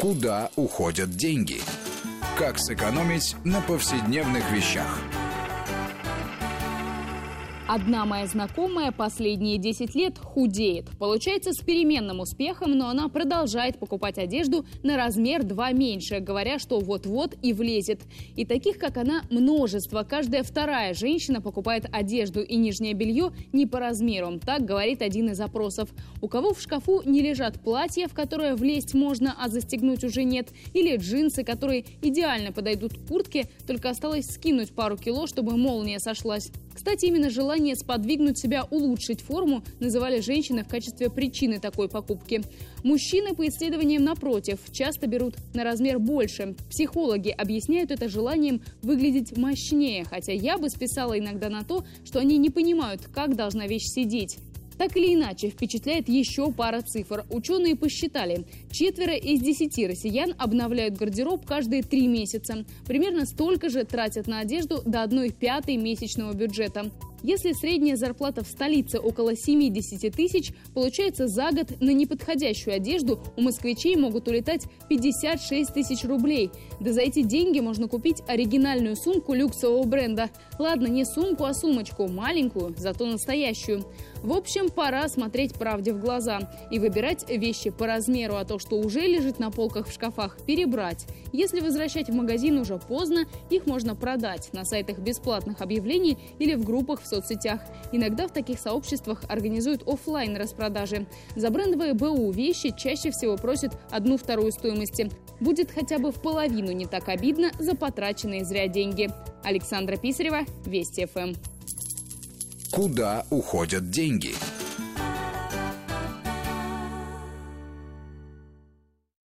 Куда уходят деньги? Как сэкономить на повседневных вещах? Одна моя знакомая последние 10 лет худеет. Получается, с переменным успехом, но она продолжает покупать одежду на размер 2 меньше, говоря, что вот-вот и влезет. И таких, как она, множество. Каждая вторая женщина покупает одежду и нижнее белье не по размеру. Так говорит один из опросов. У кого в шкафу не лежат платья, в которые влезть можно, а застегнуть уже нет, или джинсы, которые идеально подойдут к куртке, только осталось скинуть пару кило, чтобы молния сошлась. Кстати, именно желание сподвигнуть себя улучшить форму называли женщины в качестве причины такой покупки. Мужчины, по исследованиям, напротив, часто берут на размер больше. Психологи объясняют это желанием выглядеть мощнее, хотя я бы списала иногда на то, что они не понимают, как должна вещь сидеть. Так или иначе, впечатляет еще пара цифр. Ученые посчитали, 4 из 10 россиян обновляют гардероб каждые 3 месяца. Примерно столько же тратят на одежду до 1/5 месячного бюджета. Если средняя зарплата в столице около 70 тысяч, получается, за год на неподходящую одежду у москвичей могут улетать 56 тысяч рублей. Да за эти деньги можно купить оригинальную сумку люксового бренда. Ладно, не сумку, а сумочку. Маленькую, зато настоящую. В общем, пора смотреть правде в глаза и выбирать вещи по размеру, а то, что уже лежит на полках в шкафах, перебрать. Если возвращать в магазин уже поздно, их можно продать на сайтах бесплатных объявлений или в группах в соцсетях. Иногда в таких сообществах организуют офлайн распродажи. За брендовые БУ вещи чаще всего просят 1/2 стоимости. Будет хотя бы в половину не так обидно за потраченные зря деньги. Александра Писарева, Вести ФМ. Куда уходят деньги?